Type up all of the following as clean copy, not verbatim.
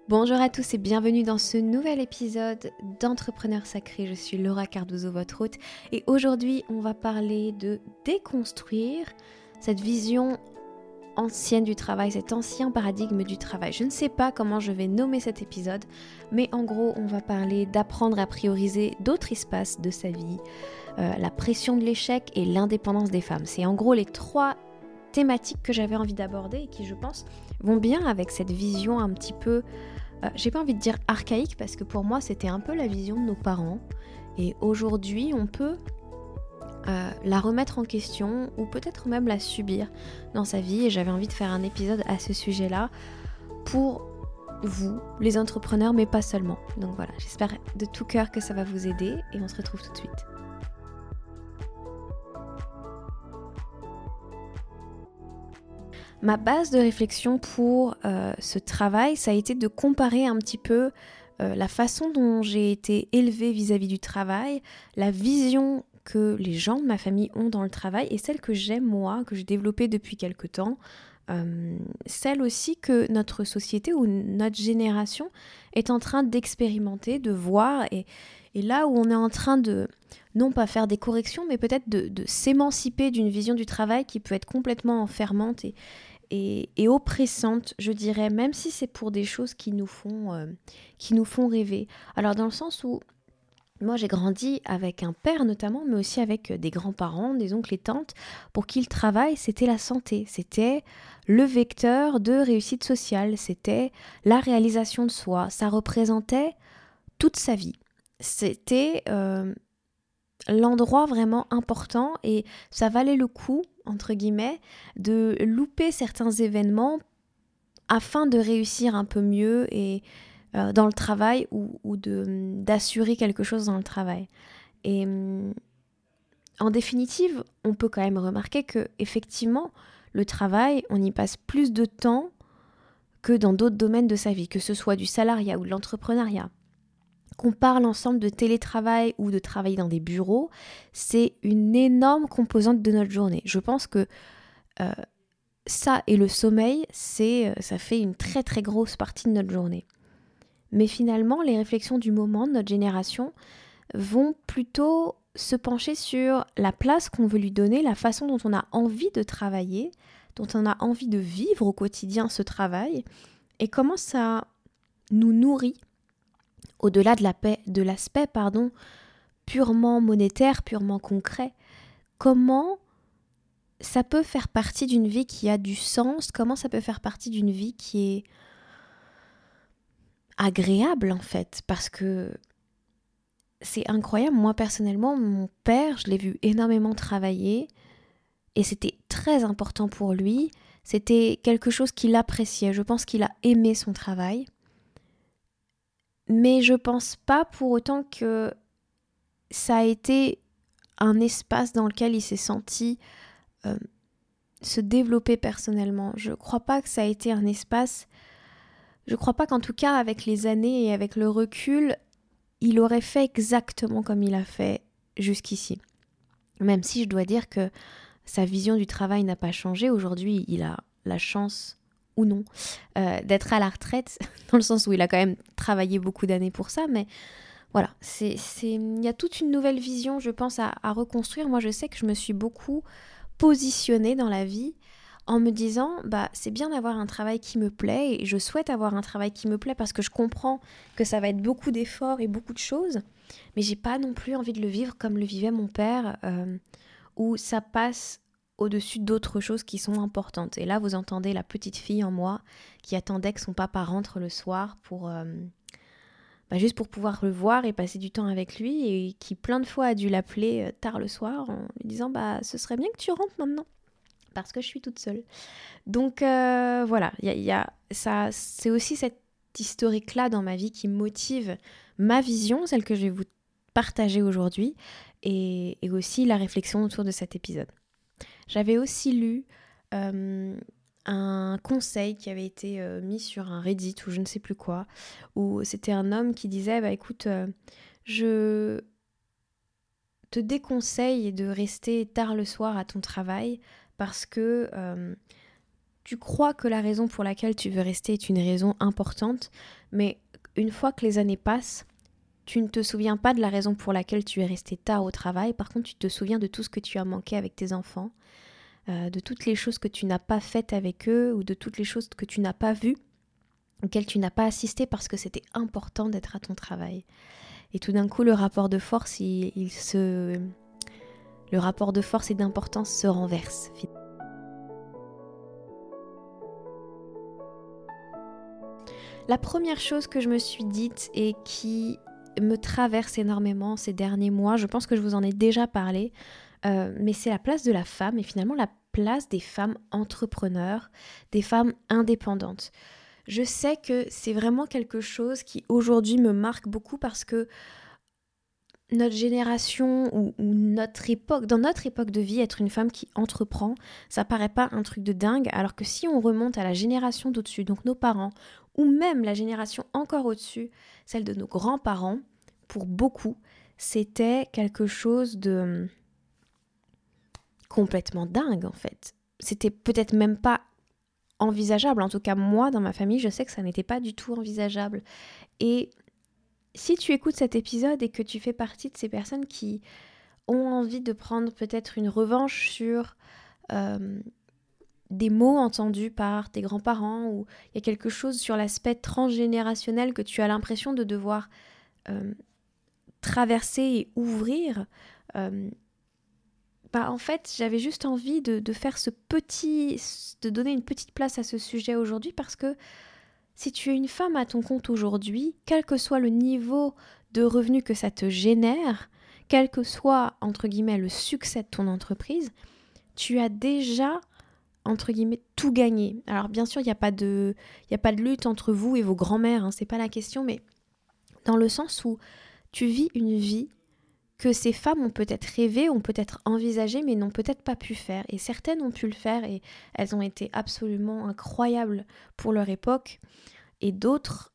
Bonjour à tous et bienvenue dans ce nouvel épisode d'Entrepreneurs Sacrés. Je suis Laura Cardozo, votre hôte, et aujourd'hui on va parler de déconstruire cette vision ancienne du travail, cet ancien paradigme du travail. Je ne sais pas comment je vais nommer cet épisode, mais en gros on va parler d'apprendre à prioriser d'autres espaces de sa vie, la pression de l'échec et l'indépendance des femmes. C'est en gros les trois thématiques que j'avais envie d'aborder et qui, je pense, vont bien avec cette vision un petit peu, j'ai pas envie de dire archaïque, parce que pour moi c'était un peu la vision de nos parents, et aujourd'hui on peut la remettre en question ou peut-être même la subir dans sa vie, et j'avais envie de faire un épisode à ce sujet-là pour vous, les entrepreneurs, mais pas seulement. Donc voilà, j'espère de tout cœur que ça va vous aider et on se retrouve tout de suite. Ma base de réflexion pour ce travail, ça a été de comparer un petit peu la façon dont j'ai été élevée vis-à-vis du travail, la vision que les gens de ma famille ont dans le travail et celle que j'ai moi, que j'ai développée depuis quelque temps, celle aussi que notre société ou notre génération est en train d'expérimenter, de voir, et là où on est en train de, non pas faire des corrections, mais peut-être de s'émanciper d'une vision du travail qui peut être complètement enfermante et oppressante, je dirais, même si c'est pour des choses qui nous font rêver. Alors dans le sens où moi j'ai grandi avec un père notamment, mais aussi avec des grands-parents, des oncles et tantes, pour qui le travail c'était la santé, c'était le vecteur de réussite sociale, c'était la réalisation de soi, ça représentait toute sa vie. C'était l'endroit vraiment important et ça valait le coup, entre guillemets, de louper certains événements afin de réussir un peu mieux et dans le travail ou d'assurer quelque chose dans le travail. Et en définitive, on peut quand même remarquer que effectivement, le travail, on y passe plus de temps que dans d'autres domaines de sa vie, que ce soit du salariat ou de l'entrepreneuriat. Qu'on parle ensemble de télétravail ou de travailler dans des bureaux, c'est une énorme composante de notre journée. Je pense que ça et le sommeil, ça fait une très très grosse partie de notre journée. Mais finalement, les réflexions du moment de notre génération vont plutôt se pencher sur la place qu'on veut lui donner, la façon dont on a envie de travailler, dont on a envie de vivre au quotidien ce travail, et comment ça nous nourrit au-delà de l'aspect purement monétaire, purement concret. Comment ça peut faire partie d'une vie qui a du sens, comment ça peut faire partie d'une vie qui est agréable en fait, parce que c'est incroyable. Moi personnellement, mon père, je l'ai vu énormément travailler et c'était très important pour lui, c'était quelque chose qu'il appréciait, je pense qu'il a aimé son travail. Mais je pense pas pour autant que ça a été un espace dans lequel il s'est senti se développer personnellement. Je crois pas que ça a été un espace. Je crois pas qu'en tout cas, avec les années et avec le recul, il aurait fait exactement comme il a fait jusqu'ici. Même si je dois dire que sa vision du travail n'a pas changé. Aujourd'hui, il a la chance ou non d'être à la retraite, dans le sens où il a quand même travaillé beaucoup d'années pour ça, mais voilà, il y a toute une nouvelle vision, je pense, à reconstruire. Moi, je sais que je me suis beaucoup positionnée dans la vie en me disant, c'est bien d'avoir un travail qui me plaît, et je souhaite avoir un travail qui me plaît parce que je comprends que ça va être beaucoup d'efforts et beaucoup de choses, mais j'ai pas non plus envie de le vivre comme le vivait mon père, où ça passe au-dessus d'autres choses qui sont importantes. Et là, vous entendez la petite fille en moi qui attendait que son papa rentre le soir pour juste pour pouvoir le voir et passer du temps avec lui, et qui plein de fois a dû l'appeler tard le soir en lui disant ce serait bien que tu rentres maintenant parce que je suis toute seule. Donc voilà, ça, c'est aussi cette historique-là dans ma vie qui motive ma vision, celle que je vais vous partager aujourd'hui, et aussi la réflexion autour de cet épisode. J'avais aussi lu un conseil qui avait été mis sur un Reddit ou je ne sais plus quoi, où c'était un homme qui disait écoute, je te déconseille de rester tard le soir à ton travail parce que tu crois que la raison pour laquelle tu veux rester est une raison importante, mais une fois que les années passent, tu ne te souviens pas de la raison pour laquelle tu es resté tard au travail. Par contre, tu te souviens de tout ce que tu as manqué avec tes enfants, de toutes les choses que tu n'as pas faites avec eux ou de toutes les choses que tu n'as pas vues, auxquelles tu n'as pas assisté parce que c'était important d'être à ton travail. Et tout d'un coup, le rapport de force, le rapport de force et d'importance se renverse. La première chose que je me suis dite et qui me traverse énormément ces derniers mois, je pense que je vous en ai déjà parlé, mais c'est la place de la femme et finalement la place des femmes entrepreneurs, des femmes indépendantes. Je sais que c'est vraiment quelque chose qui aujourd'hui me marque beaucoup parce que notre génération ou notre époque, dans notre époque de vie, être une femme qui entreprend, ça paraît pas un truc de dingue, alors que si on remonte à la génération d'au-dessus, donc nos parents, ou même la génération encore au-dessus, celle de nos grands-parents, pour beaucoup, c'était quelque chose de complètement dingue en fait. C'était peut-être même pas envisageable, en tout cas moi dans ma famille, je sais que ça n'était pas du tout envisageable. Et si tu écoutes cet épisode et que tu fais partie de ces personnes qui ont envie de prendre peut-être une revanche sur des mots entendus par tes grands-parents, ou il y a quelque chose sur l'aspect transgénérationnel que tu as l'impression de devoir traverser et ouvrir, en fait, j'avais juste envie de faire de donner une petite place à ce sujet aujourd'hui parce que si tu es une femme à ton compte aujourd'hui, quel que soit le niveau de revenu que ça te génère, quel que soit, entre guillemets, le succès de ton entreprise, tu as déjà, entre guillemets, tout gagné. Alors bien sûr, il n'y a pas de lutte entre vous et vos grands-mères, hein, c'est pas la question, mais dans le sens où tu vis une vie que ces femmes ont peut-être rêvé, ont peut-être envisagé, mais n'ont peut-être pas pu faire. Et certaines ont pu le faire et elles ont été absolument incroyables pour leur époque. Et d'autres,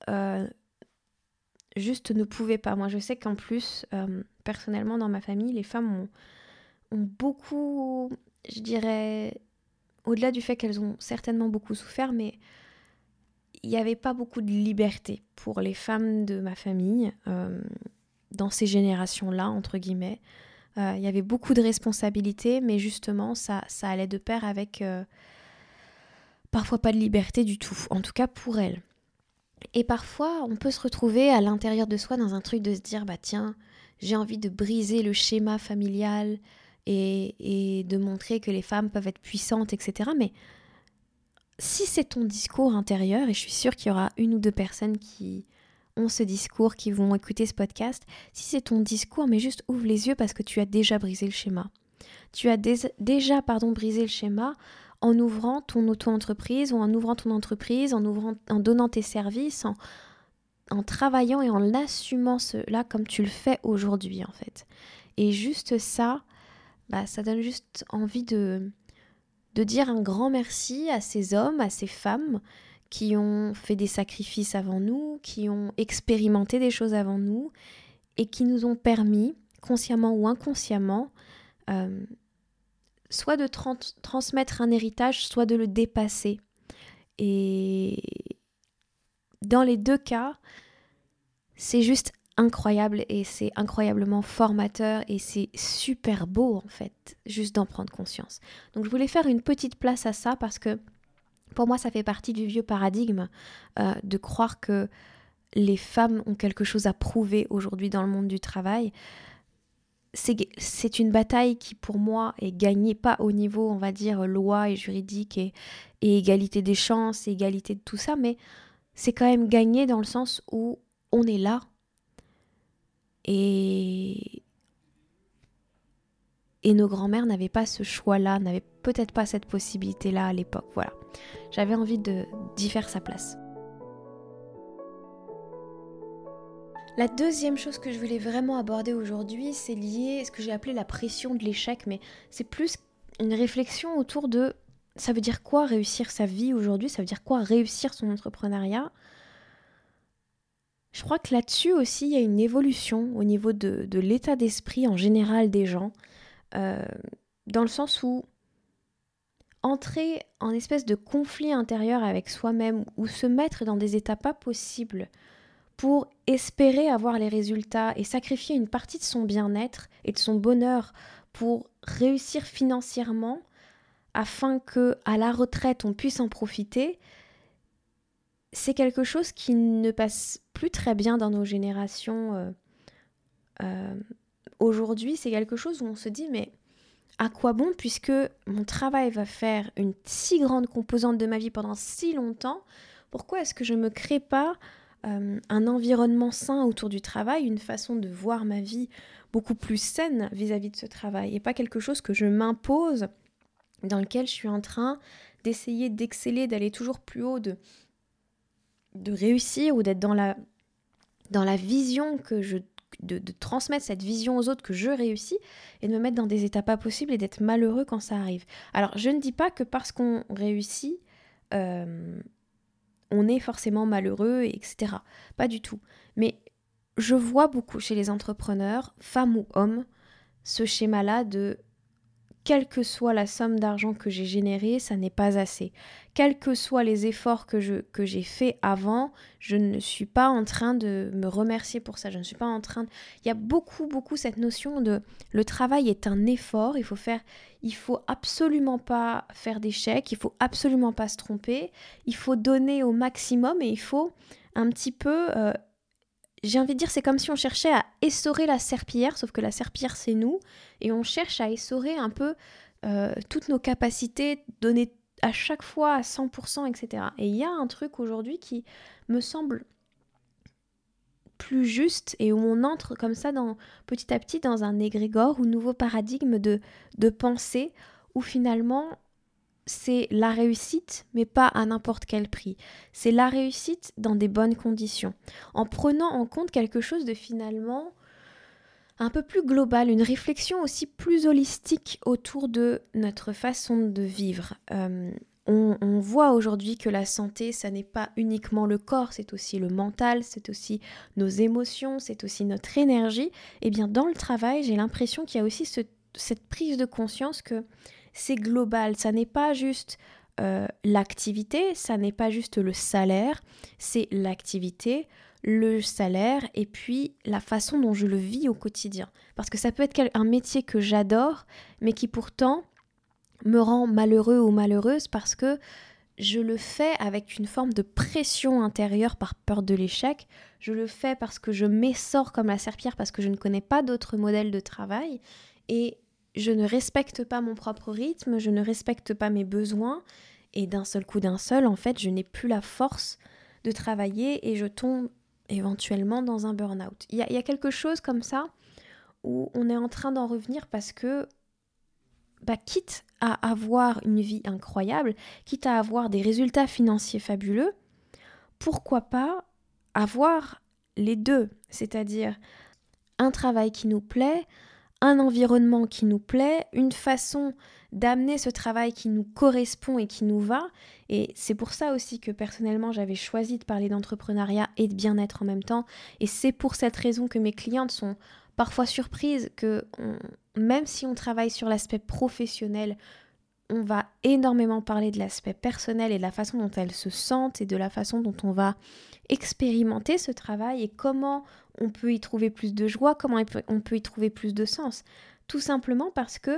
juste ne pouvaient pas. Moi, je sais qu'en plus, personnellement, dans ma famille, les femmes ont beaucoup, je dirais, au-delà du fait qu'elles ont certainement beaucoup souffert, mais il n'y avait pas beaucoup de liberté pour les femmes de ma famille, dans ces générations-là, entre guillemets. Il y avait beaucoup de responsabilités, mais justement, ça allait de pair avec parfois pas de liberté du tout, en tout cas pour elles. Et parfois, on peut se retrouver à l'intérieur de soi dans un truc de se dire, tiens, j'ai envie de briser le schéma familial et de montrer que les femmes peuvent être puissantes, etc. Mais si c'est ton discours intérieur, et je suis sûre qu'il y aura une ou deux personnes qui ont ce discours, qui vont écouter ce podcast, si c'est ton discours, mais juste ouvre les yeux parce que tu as déjà brisé le schéma. Tu as déjà brisé le schéma en ouvrant ton auto-entreprise ou en ouvrant ton entreprise, en donnant tes services, en travaillant et en assumant cela comme tu le fais aujourd'hui en fait. Et juste ça, ça donne juste envie de dire un grand merci à ces hommes, à ces femmes qui ont fait des sacrifices avant nous, qui ont expérimenté des choses avant nous et qui nous ont permis, consciemment ou inconsciemment, soit de transmettre un héritage, soit de le dépasser. Et dans les deux cas, c'est juste incroyable et c'est incroyablement formateur et c'est super beau en fait, juste d'en prendre conscience. Donc je voulais faire une petite place à ça parce que pour moi ça fait partie du vieux paradigme de croire que les femmes ont quelque chose à prouver aujourd'hui dans le monde du travail. C'est une bataille qui pour moi est gagnée pas au niveau on va dire loi et juridique et égalité des chances et égalité de tout ça, mais c'est quand même gagné dans le sens où on est là et nos grands-mères n'avaient pas ce choix-là, n'avaient peut-être pas cette possibilité-là à l'époque. Voilà, j'avais envie d'y faire sa place. La deuxième chose que je voulais vraiment aborder aujourd'hui, c'est lié à ce que j'ai appelé la pression de l'échec, mais c'est plus une réflexion autour de ça veut dire quoi réussir sa vie aujourd'hui, ça veut dire quoi réussir son entrepreneuriat. Je crois que là-dessus aussi, il y a une évolution au niveau de l'état d'esprit en général des gens, dans le sens où, entrer en espèce de conflit intérieur avec soi-même ou se mettre dans des états pas possibles pour espérer avoir les résultats et sacrifier une partie de son bien-être et de son bonheur pour réussir financièrement afin que à la retraite on puisse en profiter, c'est quelque chose qui ne passe plus très bien dans nos générations. Aujourd'hui, c'est quelque chose où on se dit mais à quoi bon, puisque mon travail va faire une si grande composante de ma vie pendant si longtemps, pourquoi est-ce que je ne me crée pas un environnement sain autour du travail, une façon de voir ma vie beaucoup plus saine vis-à-vis de ce travail, et pas quelque chose que je m'impose, dans lequel je suis en train d'essayer d'exceller, d'aller toujours plus haut, de réussir ou d'être dans la vision que de transmettre cette vision aux autres que je réussis et de me mettre dans des états pas possibles et d'être malheureux quand ça arrive. Alors, je ne dis pas que parce qu'on réussit, on est forcément malheureux, etc. Pas du tout. Mais je vois beaucoup chez les entrepreneurs, femmes ou hommes, ce schéma-là de quelle que soit la somme d'argent que j'ai générée, ça n'est pas assez. Quels que soient les efforts que j'ai faits avant, je ne suis pas en train de me remercier pour ça. Je ne suis pas en train de... Il y a beaucoup cette notion de le travail est un effort, il faut absolument pas faire d'échecs, il faut absolument pas se tromper, il faut donner au maximum et il faut un petit peu... j'ai envie de dire, c'est comme si on cherchait à essorer la serpillière, sauf que la serpillière, c'est nous, et on cherche à essorer un peu toutes nos capacités, donner à chaque fois à 100%, etc. Et il y a un truc aujourd'hui qui me semble plus juste et où on entre comme ça petit à petit dans un égrégore ou nouveau paradigme de pensée où finalement c'est la réussite, mais pas à n'importe quel prix. C'est la réussite dans des bonnes conditions, en prenant en compte quelque chose de finalement un peu plus global, une réflexion aussi plus holistique autour de notre façon de vivre. On voit aujourd'hui que la santé, ça n'est pas uniquement le corps, c'est aussi le mental, c'est aussi nos émotions, c'est aussi notre énergie. Et bien dans le travail, j'ai l'impression qu'il y a aussi cette prise de conscience que c'est global, ça n'est pas juste l'activité, ça n'est pas juste le salaire, c'est l'activité, le salaire et puis la façon dont je le vis au quotidien. Parce que ça peut être un métier que j'adore, mais qui pourtant me rend malheureux ou malheureuse parce que je le fais avec une forme de pression intérieure par peur de l'échec. Je le fais parce que je m'essore comme la serpillière parce que je ne connais pas d'autres modèles de travail et je ne respecte pas mon propre rythme, je ne respecte pas mes besoins et d'un seul coup en fait, je n'ai plus la force de travailler et je tombe éventuellement dans un burn-out. Il y a quelque chose comme ça où on est en train d'en revenir parce que quitte à avoir une vie incroyable, quitte à avoir des résultats financiers fabuleux, pourquoi pas avoir les deux, c'est-à-dire un travail qui nous plaît, un environnement qui nous plaît, une façon d'amener ce travail qui nous correspond et qui nous va. Et c'est pour ça aussi que personnellement, j'avais choisi de parler d'entrepreneuriat et de bien-être en même temps. Et c'est pour cette raison que mes clientes sont parfois surprises que même si on travaille sur l'aspect professionnel, on va énormément parler de l'aspect personnel et de la façon dont elles se sentent et de la façon dont on va expérimenter ce travail et comment on peut y trouver plus de joie, comment on peut y trouver plus de sens. Tout simplement parce que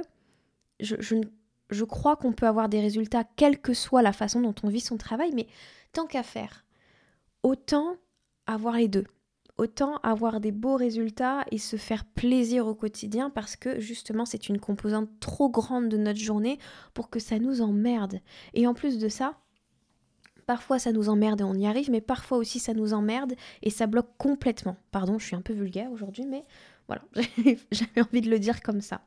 je crois qu'on peut avoir des résultats quelle que soit la façon dont on vit son travail, mais tant qu'à faire, autant avoir les deux. Autant avoir des beaux résultats et se faire plaisir au quotidien parce que justement c'est une composante trop grande de notre journée pour que ça nous emmerde. Et en plus de ça, parfois ça nous emmerde et on y arrive, mais parfois aussi ça nous emmerde et ça bloque complètement. Pardon, je suis un peu vulgaire aujourd'hui, mais voilà, j'avais envie de le dire comme ça.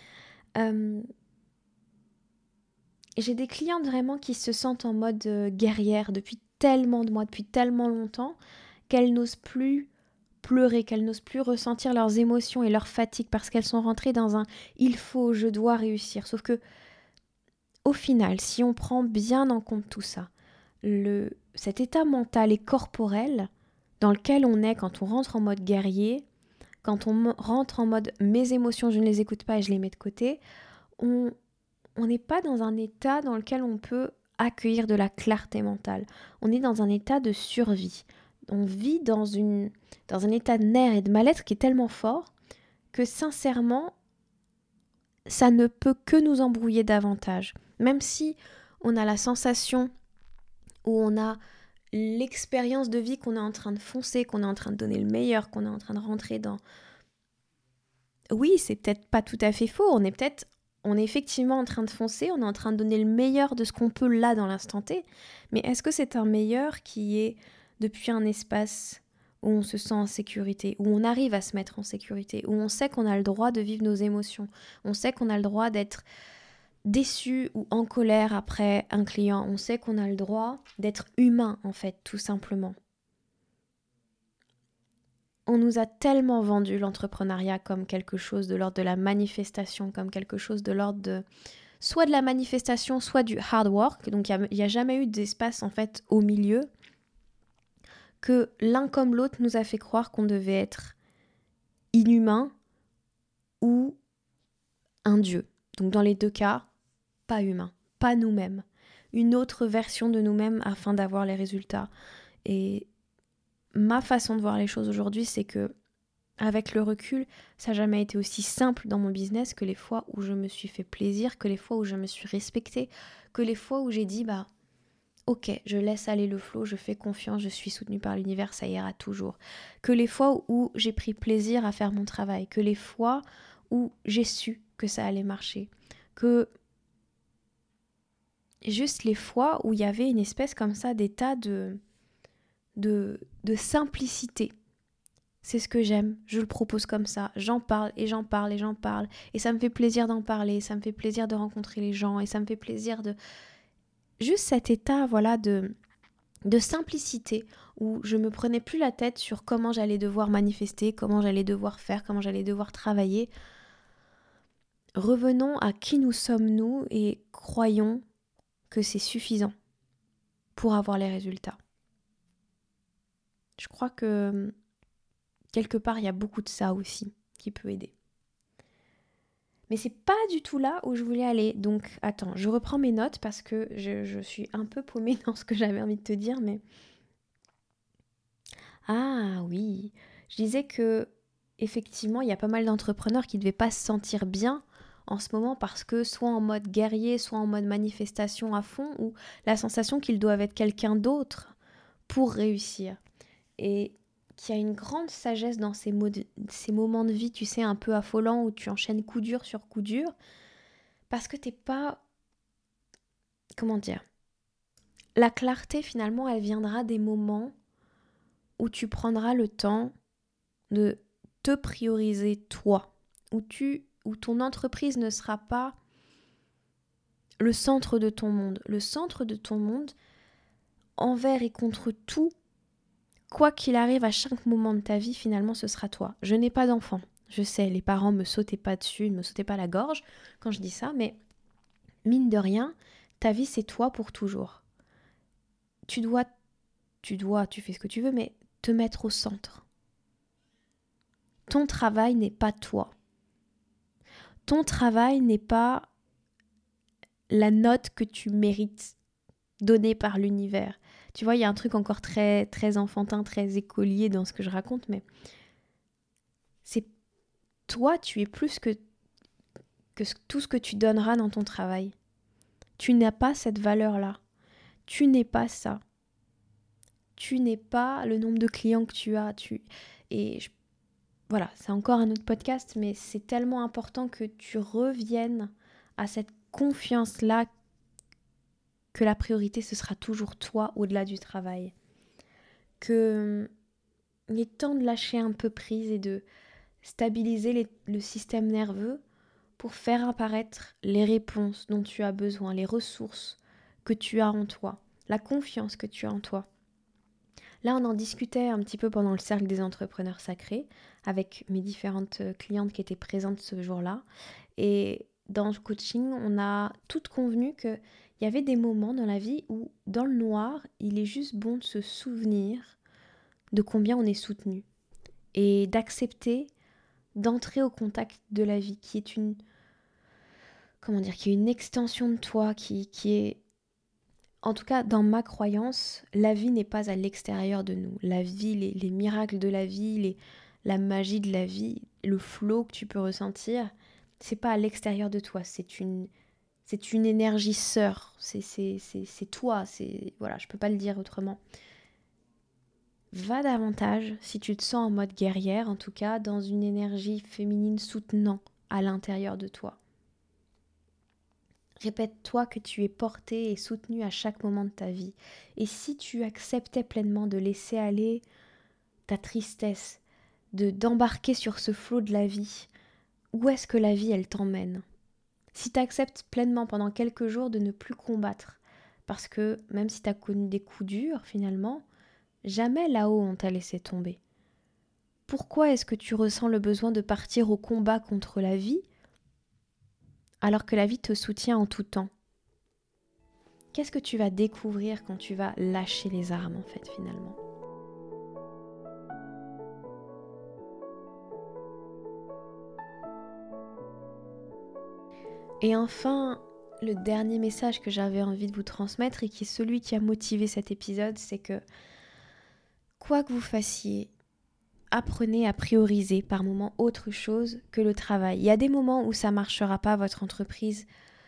J'ai des clientes vraiment qui se sentent en mode guerrière depuis tellement de mois, depuis tellement longtemps, qu'elles n'osent plus pleurer, qu'elles n'osent plus ressentir leurs émotions et leur fatigue parce qu'elles sont rentrées dans un « il faut, je dois réussir ». Sauf que, au final, si on prend bien en compte tout ça, cet état mental et corporel dans lequel on est quand on rentre en mode guerrier, quand on rentre en mode « mes émotions, je ne les écoute pas et je les mets de côté », on n'est pas dans un état dans lequel on peut accueillir de la clarté mentale. On est dans un état de survie. On vit dans un état de nerfs et de mal-être qui est tellement fort que sincèrement, ça ne peut que nous embrouiller davantage. Même si on a la sensation ou on a l'expérience de vie qu'on est en train de foncer, qu'on est en train de donner le meilleur, qu'on est en train de rentrer dans... Oui, c'est peut-être pas tout à fait faux, on est effectivement en train de foncer, on est en train de donner le meilleur de ce qu'on peut là dans l'instant T, mais est-ce que c'est un meilleur qui est depuis un espace où on se sent en sécurité, où on arrive à se mettre en sécurité, où on sait qu'on a le droit de vivre nos émotions, on sait qu'on a le droit d'être déçu ou en colère après un client, on sait qu'on a le droit d'être humain en fait, tout simplement. On nous a tellement vendu l'entrepreneuriat comme quelque chose de l'ordre de la manifestation, comme quelque chose de l'ordre de soit de la manifestation, soit du hard work. Donc il n'y a jamais eu d'espace en fait au milieu, que l'un comme l'autre nous a fait croire qu'on devait être inhumain ou un dieu. Donc dans les deux cas, pas humain, pas nous-mêmes. Une autre version de nous-mêmes afin d'avoir les résultats. Et ma façon de voir les choses aujourd'hui, c'est que avec le recul, ça n'a jamais été aussi simple dans mon business que les fois où je me suis fait plaisir, que les fois où je me suis respectée, que les fois où j'ai dit ok, je laisse aller le flow, je fais confiance, je suis soutenue par l'univers, ça ira toujours. Que les fois où j'ai pris plaisir à faire mon travail, que les fois où j'ai su que ça allait marcher, que juste les fois où il y avait une espèce comme ça d'état de simplicité. C'est ce que j'aime, je le propose comme ça, j'en parle et j'en parle et j'en parle, et ça me fait plaisir d'en parler, ça me fait plaisir de rencontrer les gens, et ça me fait plaisir de... Juste cet état, voilà, de simplicité, où je me prenais plus la tête sur comment j'allais devoir manifester, comment j'allais devoir faire, comment j'allais devoir travailler. Revenons à qui nous sommes nous et croyons que c'est suffisant pour avoir les résultats. Je crois que quelque part, il y a beaucoup de ça aussi qui peut aider. Mais c'est pas du tout là où je voulais aller. Donc, attends, je reprends mes notes parce que je suis un peu paumée dans ce que j'avais envie de te dire, mais... Ah oui, je disais que effectivement, il y a pas mal d'entrepreneurs qui ne devaient pas se sentir bien en ce moment parce que soit en mode guerrier, soit en mode manifestation à fond, ou la sensation qu'ils doivent être quelqu'un d'autre pour réussir. Et qu'il y a une grande sagesse dans ces moments de vie, tu sais, un peu affolants, où tu enchaînes coup dur sur coup dur, parce que t'es pas... Comment dire ? La clarté, finalement, elle viendra des moments où tu prendras le temps de te prioriser toi, où ton entreprise ne sera pas le centre de ton monde. Le centre de ton monde, envers et contre tout, quoi qu'il arrive à chaque moment de ta vie, finalement, ce sera toi. Je n'ai pas d'enfant. Je sais, les parents me sautaient pas dessus, ne me sautaient pas la gorge quand je dis ça, mais mine de rien, ta vie, c'est toi pour toujours. Tu fais ce que tu veux, mais te mettre au centre. Ton travail n'est pas toi. Ton travail n'est pas la note que tu mérites donnée par l'univers. Tu vois, il y a un truc encore très, très enfantin, très écolier dans ce que je raconte, mais c'est toi, tu es plus que tout ce que tu donneras dans ton travail. Tu n'as pas cette valeur-là. Tu n'es pas ça. Tu n'es pas le nombre de clients que tu as. Voilà, c'est encore un autre podcast, mais c'est tellement important que tu reviennes à cette confiance-là que la priorité, ce sera toujours toi au-delà du travail. Il est temps de lâcher un peu prise et de stabiliser le système nerveux pour faire apparaître les réponses dont tu as besoin, les ressources que tu as en toi, la confiance que tu as en toi. Là, on en discutait un petit peu pendant le cercle des entrepreneurs sacrés avec mes différentes clientes qui étaient présentes ce jour-là. Et dans le coaching, on a toutes convenu qu'il y avait des moments dans la vie où, dans le noir, il est juste bon de se souvenir de combien on est soutenu et d'accepter d'entrer au contact de la vie, qui est une... qui est une extension de toi, qui est... En tout cas, dans ma croyance, la vie n'est pas à l'extérieur de nous. La vie, les miracles de la vie, la magie de la vie, le flow que tu peux ressentir, c'est pas à l'extérieur de toi. C'est une énergie sœur. C'est toi. Voilà, je peux pas le dire autrement. Va davantage, si tu te sens en mode guerrière, en tout cas, dans une énergie féminine soutenant à l'intérieur de toi. Répète-toi que tu es portée et soutenue à chaque moment de ta vie. Et si tu acceptais pleinement de laisser aller ta tristesse, d'embarquer sur ce flot de la vie, où est-ce que la vie, elle t'emmène ? Si tu acceptes pleinement pendant quelques jours de ne plus combattre, parce que même si tu as connu des coups durs, finalement, jamais là-haut on t'a laissé tomber. Pourquoi est-ce que tu ressens le besoin de partir au combat contre la vie alors que la vie te soutient en tout temps ? Qu'est-ce que tu vas découvrir quand tu vas lâcher les armes, en fait, finalement ? Et enfin, le dernier message que j'avais envie de vous transmettre et qui est celui qui a motivé cet épisode, c'est que quoi que vous fassiez, apprenez à prioriser par moments autre chose que le travail. Il y a des moments où ça ne marchera pas, votre entreprise,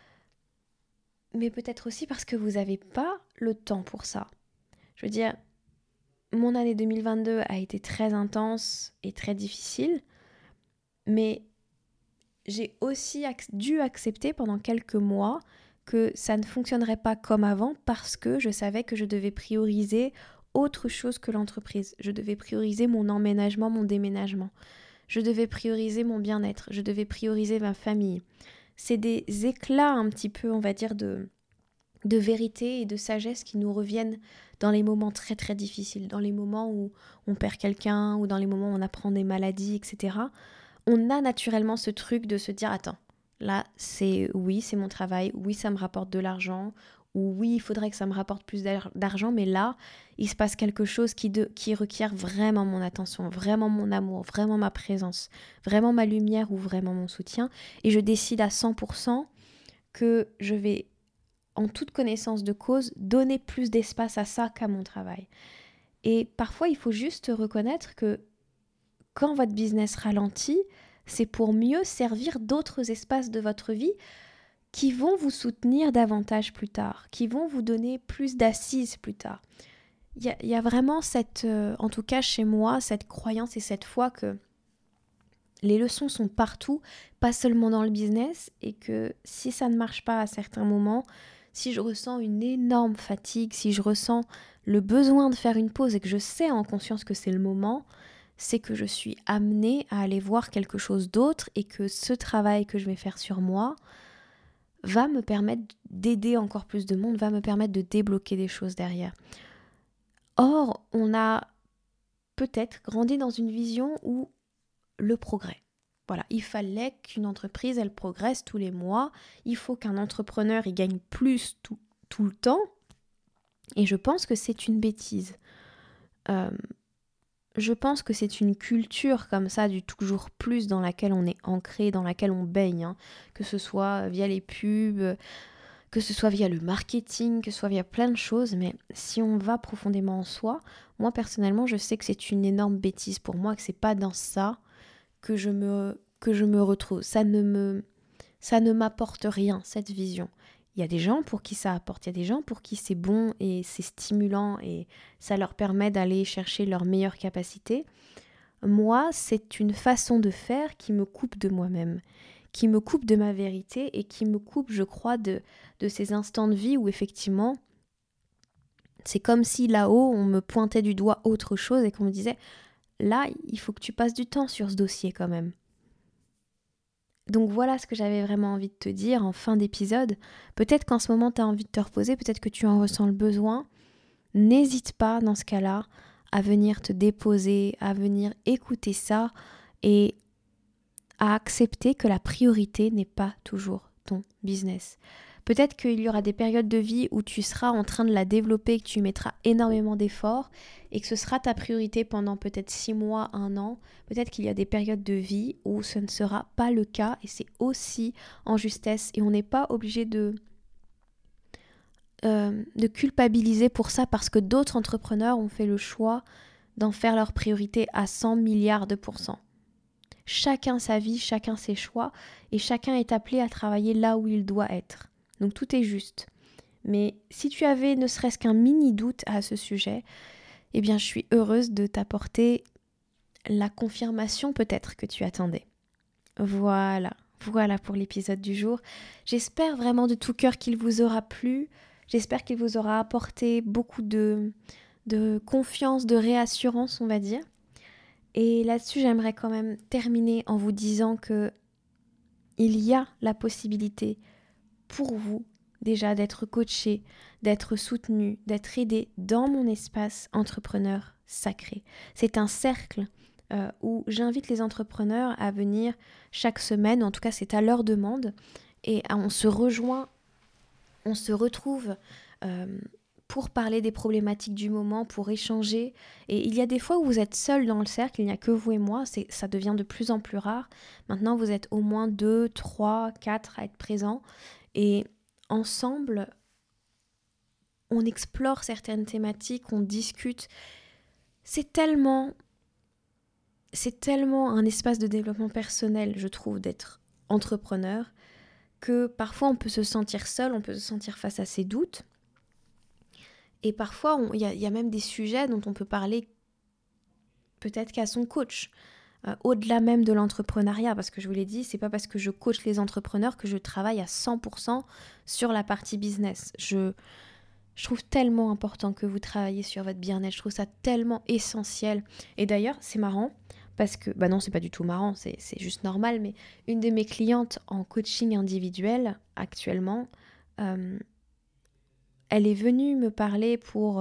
mais peut-être aussi parce que vous n'avez pas le temps pour ça. Je veux dire, mon année 2022 a été très intense et très difficile, mais j'ai aussi dû accepter pendant quelques mois que ça ne fonctionnerait pas comme avant parce que je savais que je devais prioriser autre chose que l'entreprise. Je devais prioriser mon emménagement, mon déménagement. Je devais prioriser mon bien-être. Je devais prioriser ma famille. C'est des éclats un petit peu, on va dire, de vérité et de sagesse qui nous reviennent dans les moments très très difficiles, dans les moments où on perd quelqu'un ou dans les moments où on apprend des maladies, etc. On a naturellement ce truc de se dire, attends, là, c'est mon travail, oui, ça me rapporte de l'argent, ou oui, il faudrait que ça me rapporte plus d'argent, mais là, il se passe quelque chose qui requiert vraiment mon attention, vraiment mon amour, vraiment ma présence, vraiment ma lumière ou vraiment mon soutien, et je décide à 100% que je vais, en toute connaissance de cause, donner plus d'espace à ça qu'à mon travail. Et parfois, il faut juste reconnaître que quand votre business ralentit, c'est pour mieux servir d'autres espaces de votre vie qui vont vous soutenir davantage plus tard, qui vont vous donner plus d'assises plus tard. Il y a vraiment en tout cas chez moi, cette croyance et cette foi que les leçons sont partout, pas seulement dans le business, et que si ça ne marche pas à certains moments, si je ressens une énorme fatigue, si je ressens le besoin de faire une pause et que je sais en conscience que c'est le moment, c'est que je suis amenée à aller voir quelque chose d'autre et que ce travail que je vais faire sur moi va me permettre d'aider encore plus de monde, va me permettre de débloquer des choses derrière. Or, on a peut-être grandi dans une vision où le progrès. Voilà, il fallait qu'une entreprise, elle progresse tous les mois. Il faut qu'un entrepreneur, il gagne plus tout le temps. Et je pense que c'est une bêtise. Je pense que c'est une culture comme ça du toujours plus dans laquelle on est ancré, dans laquelle on baigne, que ce soit via les pubs, que ce soit via le marketing, que ce soit via plein de choses. Mais si on va profondément en soi, moi personnellement, je sais que c'est une énorme bêtise pour moi, que c'est pas dans ça que je me retrouve. Ça ne m'apporte rien, cette vision. Il y a des gens pour qui ça apporte, il y a des gens pour qui c'est bon et c'est stimulant et ça leur permet d'aller chercher leur meilleure capacité. Moi, c'est une façon de faire qui me coupe de moi-même, qui me coupe de ma vérité et qui me coupe, je crois, de ces instants de vie où effectivement, c'est comme si là-haut, on me pointait du doigt autre chose et qu'on me disait « Là, il faut que tu passes du temps sur ce dossier quand même ». Donc voilà ce que j'avais vraiment envie de te dire en fin d'épisode. Peut-être qu'en ce moment tu as envie de te reposer, peut-être que tu en ressens le besoin. N'hésite pas dans ce cas-là à venir te déposer, à venir écouter ça et à accepter que la priorité n'est pas toujours ton business. Peut-être qu'il y aura des périodes de vie où tu seras en train de la développer, que tu mettras énormément d'efforts et que ce sera ta priorité pendant peut-être 6 mois, 1 an. Peut-être qu'il y a des périodes de vie où ce ne sera pas le cas et c'est aussi en justesse. Et on n'est pas obligé de culpabiliser pour ça parce que d'autres entrepreneurs ont fait le choix d'en faire leur priorité à 100 milliards de %. Chacun sa vie, chacun ses choix et chacun est appelé à travailler là où il doit être. Donc tout est juste. Mais si tu avais ne serait-ce qu'un mini doute à ce sujet, eh bien je suis heureuse de t'apporter la confirmation peut-être que tu attendais. Voilà pour l'épisode du jour. J'espère vraiment de tout cœur qu'il vous aura plu. J'espère qu'il vous aura apporté beaucoup de confiance, de réassurance, on va dire. Et là-dessus, j'aimerais quand même terminer en vous disant que il y a la possibilité pour vous déjà d'être coaché, d'être soutenu, d'être aidé dans mon espace entrepreneur sacré. C'est un cercle où j'invite les entrepreneurs à venir chaque semaine, en tout cas c'est à leur demande, et on se rejoint, on se retrouve pour parler des problématiques du moment, pour échanger. Et il y a des fois où vous êtes seul dans le cercle, il n'y a que vous et moi, ça devient de plus en plus rare. Maintenant, vous êtes au moins 2, 3, 4 à être présents. Et ensemble, on explore certaines thématiques, on discute. C'est tellement un espace de développement personnel, je trouve, d'être entrepreneur, que parfois on peut se sentir seul, on peut se sentir face à ses doutes. Et parfois, il y a même des sujets dont on peut parler peut-être qu'à son coach, au-delà même de l'entrepreneuriat, parce que je vous l'ai dit, c'est pas parce que je coach les entrepreneurs que je travaille à 100% sur la partie business. Je trouve tellement important que vous travaillez sur votre bien-être, je trouve ça tellement essentiel. Et d'ailleurs, c'est marrant, parce que, non, c'est pas du tout marrant, c'est juste normal, mais une de mes clientes en coaching individuel, actuellement, elle est venue me parler pour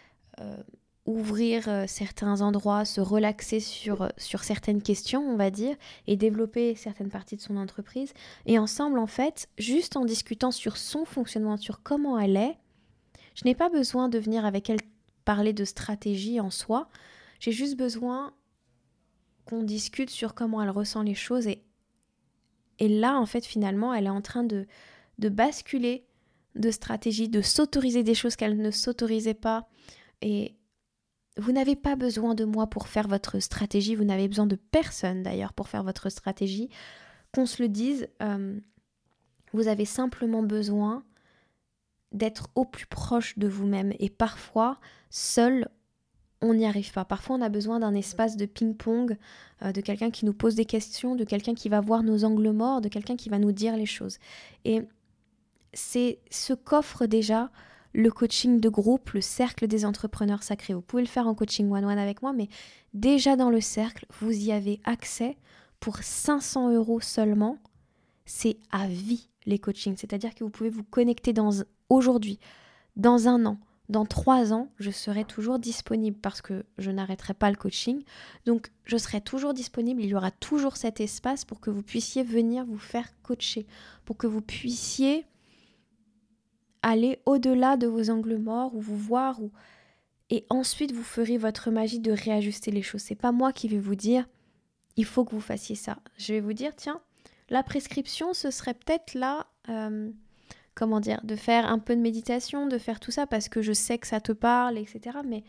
ouvrir certains endroits, se relaxer sur certaines questions, on va dire, et développer certaines parties de son entreprise. Et ensemble, en fait, juste en discutant sur son fonctionnement, sur comment elle est, je n'ai pas besoin de venir avec elle parler de stratégie en soi. J'ai juste besoin qu'on discute sur comment elle ressent les choses. Et là, en fait, finalement, elle est en train de basculer de stratégie, de s'autoriser des choses qu'elle ne s'autorisait pas. Et vous n'avez pas besoin de moi pour faire votre stratégie, vous n'avez besoin de personne d'ailleurs pour faire votre stratégie. Qu'on se le dise, vous avez simplement besoin d'être au plus proche de vous-même. Et parfois, seul, on n'y arrive pas. Parfois, on a besoin d'un espace de ping-pong, de quelqu'un qui nous pose des questions, de quelqu'un qui va voir nos angles morts, de quelqu'un qui va nous dire les choses. Et c'est ce qu'offre déjà le coaching de groupe, le cercle des entrepreneurs sacrés. Vous pouvez le faire en coaching one-one avec moi, mais déjà dans le cercle, vous y avez accès pour 500 € seulement. C'est à vie les coachings, c'est-à-dire que vous pouvez vous connecter aujourd'hui, dans 1 an, dans 3 ans, je serai toujours disponible parce que je n'arrêterai pas le coaching. Donc, je serai toujours disponible, il y aura toujours cet espace pour que vous puissiez venir vous faire coacher, pour que vous puissiez aller au-delà de vos angles morts ou vous voir. Et ensuite, vous ferez votre magie de réajuster les choses. C'est pas moi qui vais vous dire, il faut que vous fassiez ça. Je vais vous dire, tiens, la prescription, ce serait peut-être là, de faire un peu de méditation, de faire tout ça parce que je sais que ça te parle, etc. Mais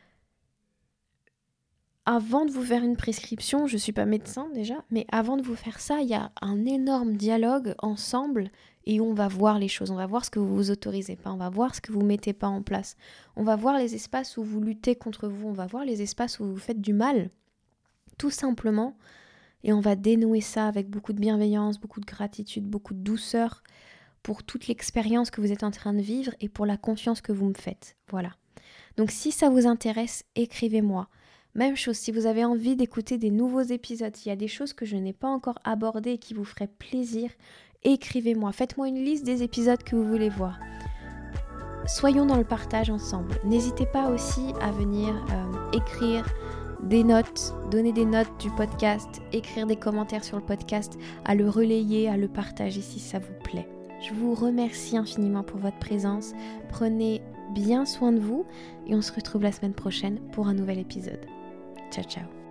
avant de vous faire une prescription, je ne suis pas médecin déjà, mais avant de vous faire ça, il y a un énorme dialogue ensemble et on va voir les choses, on va voir ce que vous vous autorisez pas, on va voir ce que vous mettez pas en place, on va voir les espaces où vous luttez contre vous, on va voir les espaces où vous faites du mal, tout simplement, et on va dénouer ça avec beaucoup de bienveillance, beaucoup de gratitude, beaucoup de douceur pour toute l'expérience que vous êtes en train de vivre et pour la confiance que vous me faites. Voilà. Donc si ça vous intéresse, écrivez-moi. Même chose, si vous avez envie d'écouter des nouveaux épisodes, s'il y a des choses que je n'ai pas encore abordées et qui vous feraient plaisir, écrivez-moi. Faites-moi une liste des épisodes que vous voulez voir. Soyons dans le partage ensemble. N'hésitez pas aussi à venir écrire des notes, donner des notes du podcast, écrire des commentaires sur le podcast, à le relayer, à le partager si ça vous plaît. Je vous remercie infiniment pour votre présence. Prenez bien soin de vous et on se retrouve la semaine prochaine pour un nouvel épisode. Ciao ciao.